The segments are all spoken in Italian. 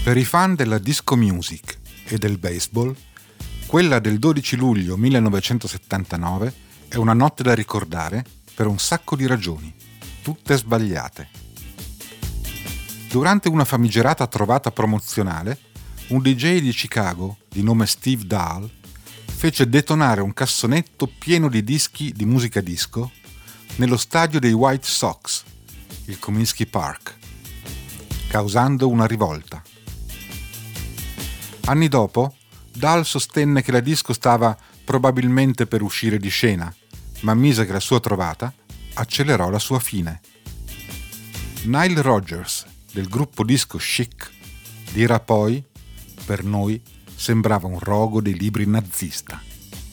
Per i fan della disco music e del baseball, quella del 12 luglio 1979 è una notte da ricordare per un sacco di ragioni, tutte sbagliate. Durante una famigerata trovata promozionale, un DJ di Chicago di nome Steve Dahl fece detonare un cassonetto pieno di dischi di musica disco nello stadio dei White Sox, il Comiskey Park, causando una rivolta. Anni dopo, Dahl sostenne che la disco stava probabilmente per uscire di scena, ma ammise che la sua trovata accelerò la sua fine. Nile Rodgers, del gruppo disco Chic, dirà poi: per noi sembrava un rogo dei libri nazista.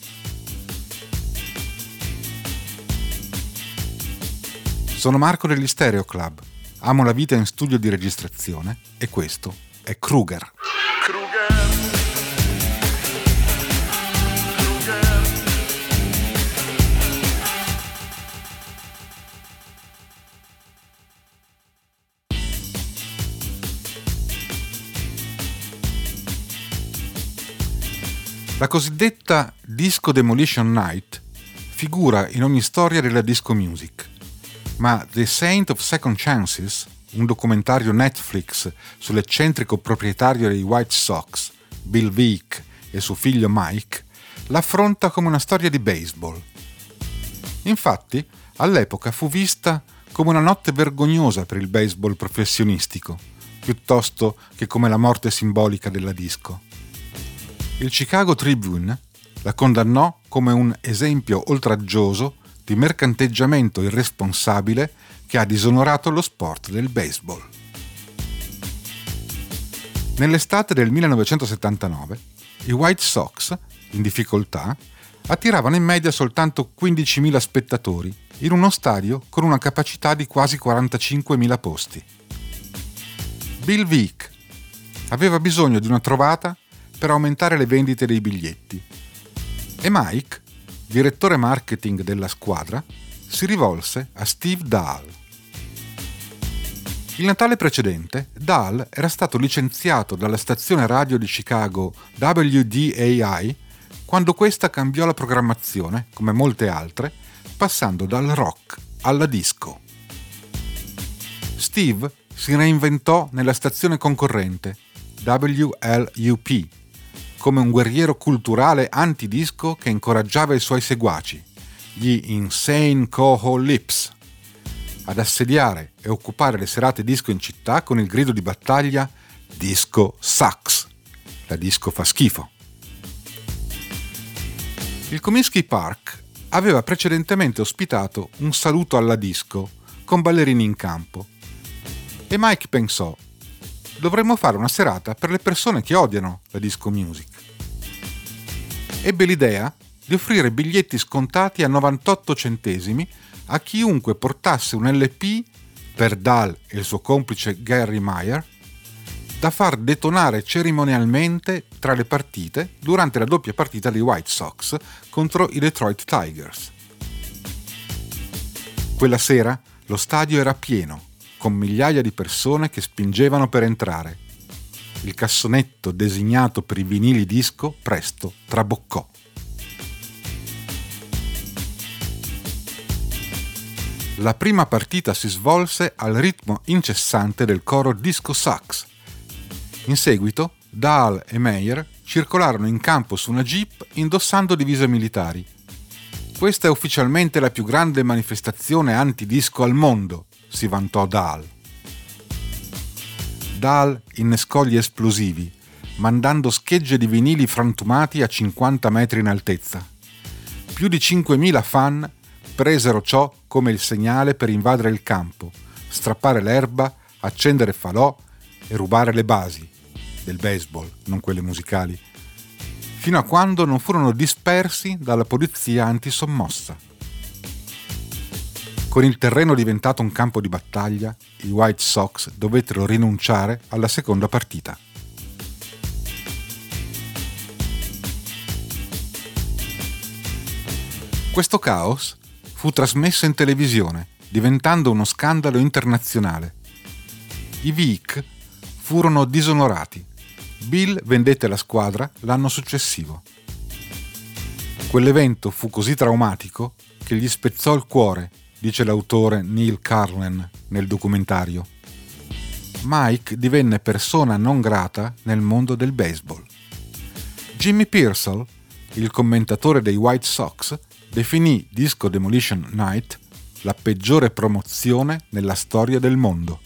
Sono Marco degli Stereo Club, amo la vita in studio di registrazione e questo è Kruger. La cosiddetta Disco Demolition Night figura in ogni storia della disco music, ma The Saint of Second Chances, un documentario Netflix sull'eccentrico proprietario dei White Sox, Bill Veeck, e suo figlio Mike, l'affronta come una storia di baseball. Infatti, all'epoca fu vista come una notte vergognosa per il baseball professionistico, piuttosto che come la morte simbolica della disco. Il Chicago Tribune la condannò come un esempio oltraggioso di mercanteggiamento irresponsabile che ha disonorato lo sport del baseball. Nell'estate del 1979, i White Sox, in difficoltà, attiravano in media soltanto 15.000 spettatori in uno stadio con una capacità di quasi 45.000 posti. Bill Veeck aveva bisogno di una trovata per aumentare le vendite dei biglietti e Mike, direttore marketing della squadra, si rivolse a Steve Dahl. Il Natale precedente, Dahl era stato licenziato dalla stazione radio di Chicago WDAI quando questa cambiò la programmazione, come molte altre, passando dal rock alla disco. Steve si reinventò nella stazione concorrente, WLUP, come un guerriero culturale antidisco che incoraggiava i suoi seguaci, gli Insane Coho Lips, ad assediare e occupare le serate disco in città con il grido di battaglia "Disco sucks", la disco fa schifo. Il Comiskey Park aveva precedentemente ospitato un saluto alla disco con ballerini in campo e Mike pensò: dovremmo fare una serata per le persone che odiano la disco music. Ebbe l'idea di offrire biglietti scontati a 98 centesimi a chiunque portasse un LP per Dahl e il suo complice Gary Meyer da far detonare cerimonialmente tra le partite durante la doppia partita dei White Sox contro i Detroit Tigers. Quella sera lo stadio era pieno, con migliaia di persone che spingevano per entrare. Il cassonetto designato per i vinili disco presto traboccò. La prima partita si svolse al ritmo incessante del coro Disco Sucks. In seguito, Dahl e Meyer circolarono in campo su una jeep indossando divise militari. Questa è ufficialmente la più grande manifestazione antidisco al mondo, si vantò Dahl. Dahl innescò gli esplosivi, mandando schegge di vinili frantumati a 50 metri in altezza. Più di 5.000 fan presero ciò come il segnale per invadere il campo, strappare l'erba, accendere falò e rubare le basi del baseball, non quelle musicali, fino a quando non furono dispersi dalla polizia antisommossa. Con il terreno diventato un campo di battaglia, i White Sox dovettero rinunciare alla seconda partita. Questo caos fu trasmesso in televisione, diventando uno scandalo internazionale. I Veeck furono disonorati Bill vendette la squadra l'anno successivo. Quell'evento fu così traumatico che gli spezzò il cuore, dice l'autore Neil Carlen nel documentario. Mike divenne persona non grata nel mondo del baseball. Jimmy Pearsall, il commentatore dei White Sox, definì Disco Demolition Night la peggiore promozione nella storia del mondo.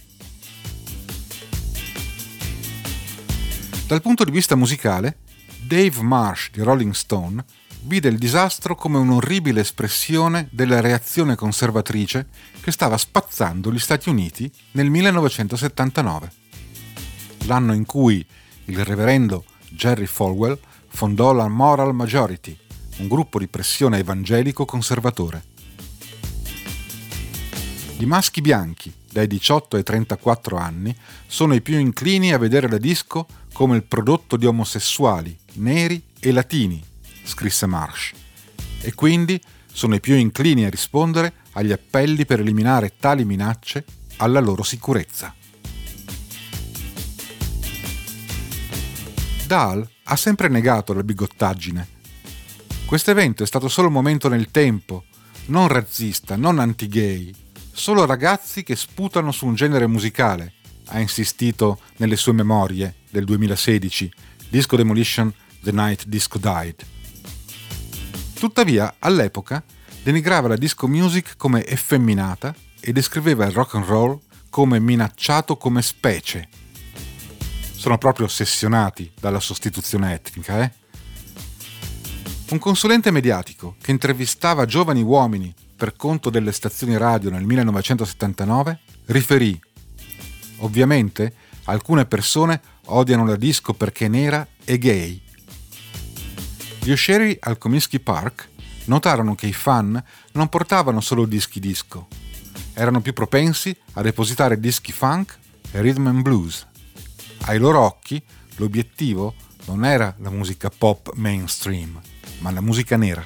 Dal punto di vista musicale, Dave Marsh di Rolling Stone vide il disastro come un'orribile espressione della reazione conservatrice che stava spazzando gli Stati Uniti nel 1979, l'anno in cui il reverendo Jerry Falwell fondò la Moral Majority, un gruppo di pressione evangelico conservatore. I maschi bianchi, dai 18 ai 34 anni, sono i più inclini a vedere la disco come il prodotto di omosessuali, neri e latini, scrisse Marsh, e quindi sono i più inclini a rispondere agli appelli per eliminare tali minacce alla loro sicurezza. Dahl ha sempre negato la bigottaggine. Questo evento è stato solo un momento nel tempo, non razzista, non anti-gay, solo ragazzi che sputano su un genere musicale, ha insistito nelle sue memorie del 2016, Disco Demolition The Night Disco Died. Tuttavia, all'epoca, denigrava la disco music come effeminata e descriveva il rock and roll come minacciato come specie. Sono proprio ossessionati dalla sostituzione etnica, Un consulente mediatico che intervistava giovani uomini per conto delle stazioni radio nel 1979 riferì: ovviamente alcune persone odiano la disco perché è nera e gay. Gli uscieri al Comiskey Park notarono che i fan non portavano solo dischi disco, erano più propensi a depositare dischi funk e rhythm and blues. Ai loro occhi l'obiettivo non era la musica pop mainstream, ma la musica nera.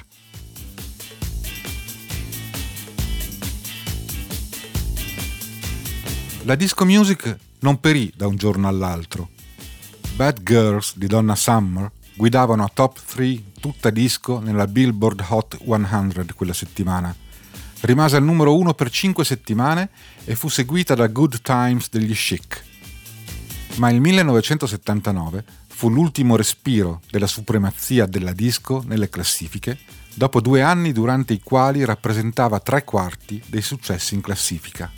La disco music non perì da un giorno all'altro. Bad Girls di Donna Summer guidavano a top 3 tutta disco nella Billboard Hot 100 quella settimana. Rimase al numero 1 per 5 settimane e fu seguita da Good Times degli Chic. Ma il 1979 fu l'ultimo respiro della supremazia della disco nelle classifiche, dopo 2 anni durante i quali rappresentava 3/4 dei successi in classifica.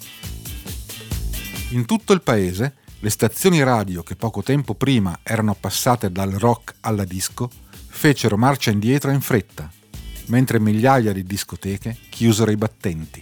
In tutto il paese, le stazioni radio che poco tempo prima erano passate dal rock alla disco fecero marcia indietro in fretta, mentre migliaia di discoteche chiusero i battenti.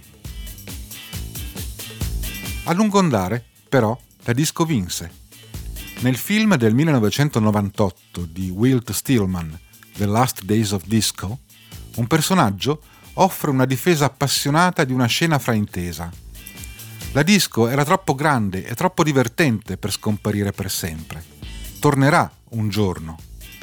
A lungo andare, però, la disco vinse. Nel film del 1998 di Wilt Stillman, The Last Days of Disco, un personaggio offre una difesa appassionata di una scena fraintesa. La disco era troppo grande e troppo divertente per scomparire per sempre. Tornerà un giorno.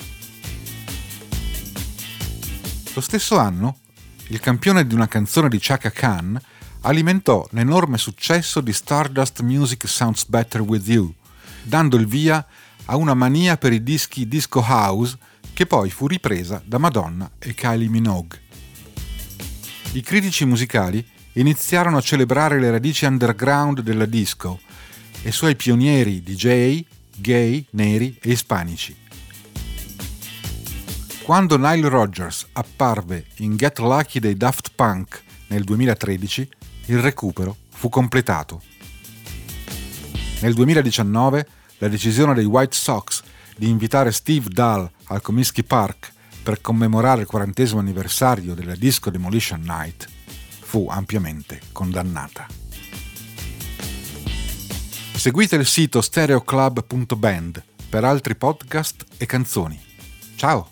Lo stesso anno, il campione di una canzone di Chaka Khan alimentò l'enorme successo di Stardust Music Sounds Better With You, dando il via a una mania per i dischi disco house che poi fu ripresa da Madonna e Kylie Minogue. I critici musicali iniziarono a celebrare le radici underground della disco e i suoi pionieri DJ, gay, neri e ispanici. Quando Nile Rodgers apparve in Get Lucky dei Daft Punk nel 2013, il recupero fu completato. Nel 2019, la decisione dei White Sox di invitare Steve Dahl al Comiskey Park per commemorare il 40° anniversario della Disco Demolition Night fu ampiamente condannata. Seguite il sito stereoclub.band per altri podcast e canzoni. Ciao!